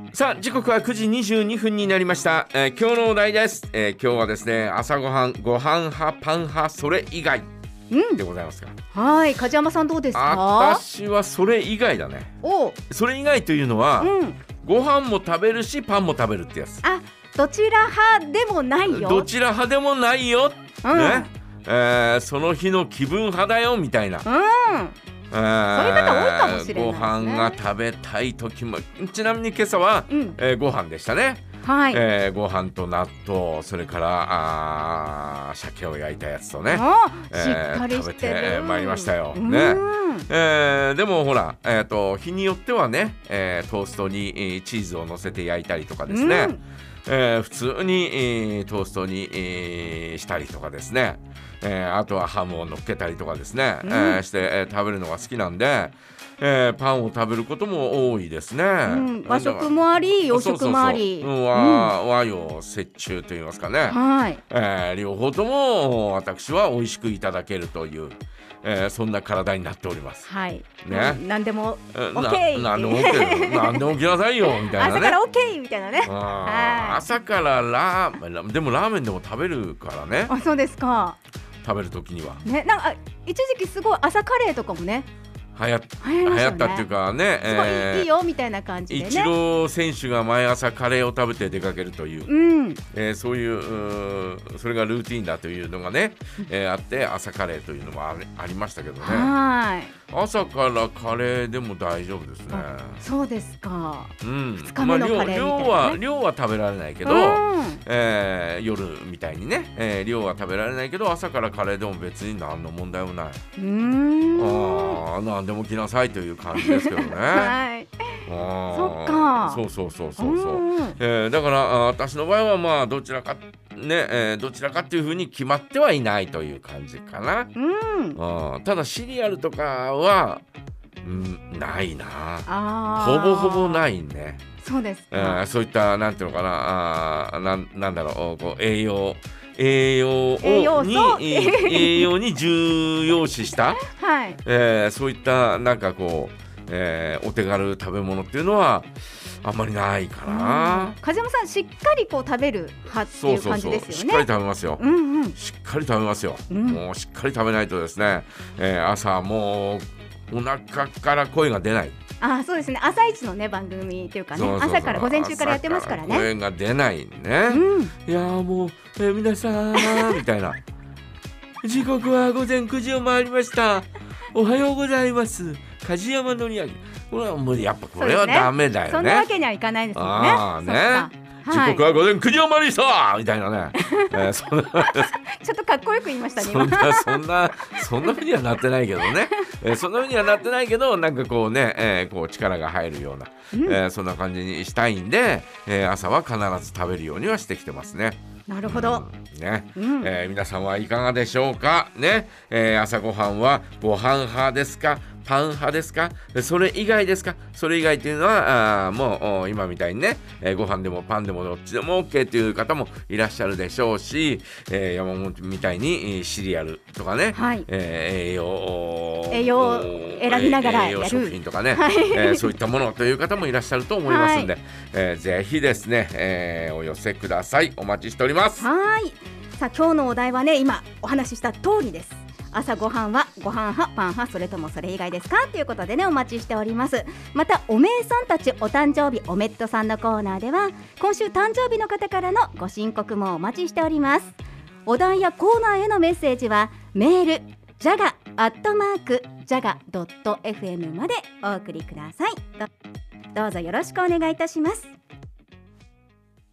さあ時刻は9時22分になりました。今日のお題です。今日はですね、朝ごはんご飯派パン派それ以外でございますが、 はい、梶山さんどうですか？ 私はそれ以外だね。それ以外というのは、ご飯も食べるしパンも食べるってやつ。 どちら派でもないよ。 どちら派でもないよ、ね。その日の気分派だよみたいな。 そういう方多いかもしれないですね。 ご飯が食べたい時も、ちなみに今朝は、ご飯でしたね。ご飯と納豆、それから鮭を焼いたやつとね、 しっかりしてる、 食べてまいりましたよ、ね。でもほら、日によってはね、トーストにチーズを乗せて焼いたりとかですね、普通に、トーストに、したりとかですね、あとはハムを乗っけたりとかですね、して、食べるのが好きなんで、パンを食べることも多いですね。 和食もあり洋食もあり、 和洋折衷といいますかね、両方とも私は美味しくいただけるという、そんな体になっております。 ね、何でも OK、 何でも OK 何でも来なさいよみたいなね。 朝から OK みたいなね。 朝からでもラーメンでも食べるからね。 そうですか。 食べる時にはね、なんか一時期すごい朝カレーとかもね流行ったっていうかね、 すごいいいよみたいな感じでね。 イチロー選手が毎朝カレーを食べて出かけるという、そういうそれがルーティンだというのがね、あって朝カレーというのもありましたけどね。朝からカレーでも大丈夫ですね。 そうですか。2日目のカレーみたいなね。 量は食べられないけど、夜みたいにね、量は食べられないけど朝からカレーでも別に何の問題もない。何でも来なさいという感じですけどね。 そっか。 そうだから私の場合はまあどちらかね、どちらかっていう風に決まってはいないという感じかな。ただシリアルとかは、ないな。ほぼほぼないね。 そうですか。 そういったなんていうのかな、なんだろう、こう栄養に重要視した、そういったなんかこう、お手軽食べ物っていうのはあんまりないかな。 梶山さんしっかりこう食べる派っていう感じですよね。 しっかり食べますよ。しっかり食べますよ。もうしっかり食べないとですね、朝もうお腹から声が出ない。 そうですね。朝一のね番組っていうかね、朝から午前中からやってますからね。 声が出ないね。いやもう、皆さんみたいな。時刻は午前9時を回りました。おはようございます。梶山のりあげ。これはもうやっぱこれはダメだよね。 そんなわけにはいかないですよね。 時刻は午前9時を回りしたみたいなね。ちょっとかっこよく言いましたね。 そんなふうにはなってないけどね。そんなふうにはなってないけど、なんかこうね、こう力が入るような、そんな感じにしたいんで、朝は必ず食べるようにはしてきてますね。 なるほど。 皆さんはいかがでしょうかね。朝ごはんはご飯派ですかパン派ですか、それ以外ですか。それ以外というのはもう今みたいにね、ご飯でもパンでもどっちでも OK という方もいらっしゃるでしょうし、山本みたいにシリアルとかね、栄養選びながらやる栄養食品とかね、そういったものという方もいらっしゃると思いますので、ぜひですね、お寄せください。お待ちしております。 さあ今日のお題はね、今お話しした通りです。朝ごはんはご飯派パン派それともそれ以外ですかということでね、お待ちしております。またおめえさんたちお誕生日おめっとさんのコーナーでは今週誕生日の方からのご申告もお待ちしております。お題やコーナーへのメッセージはメールjaga@jaga.fm までお送りください。どうぞよろしくお願いいたします。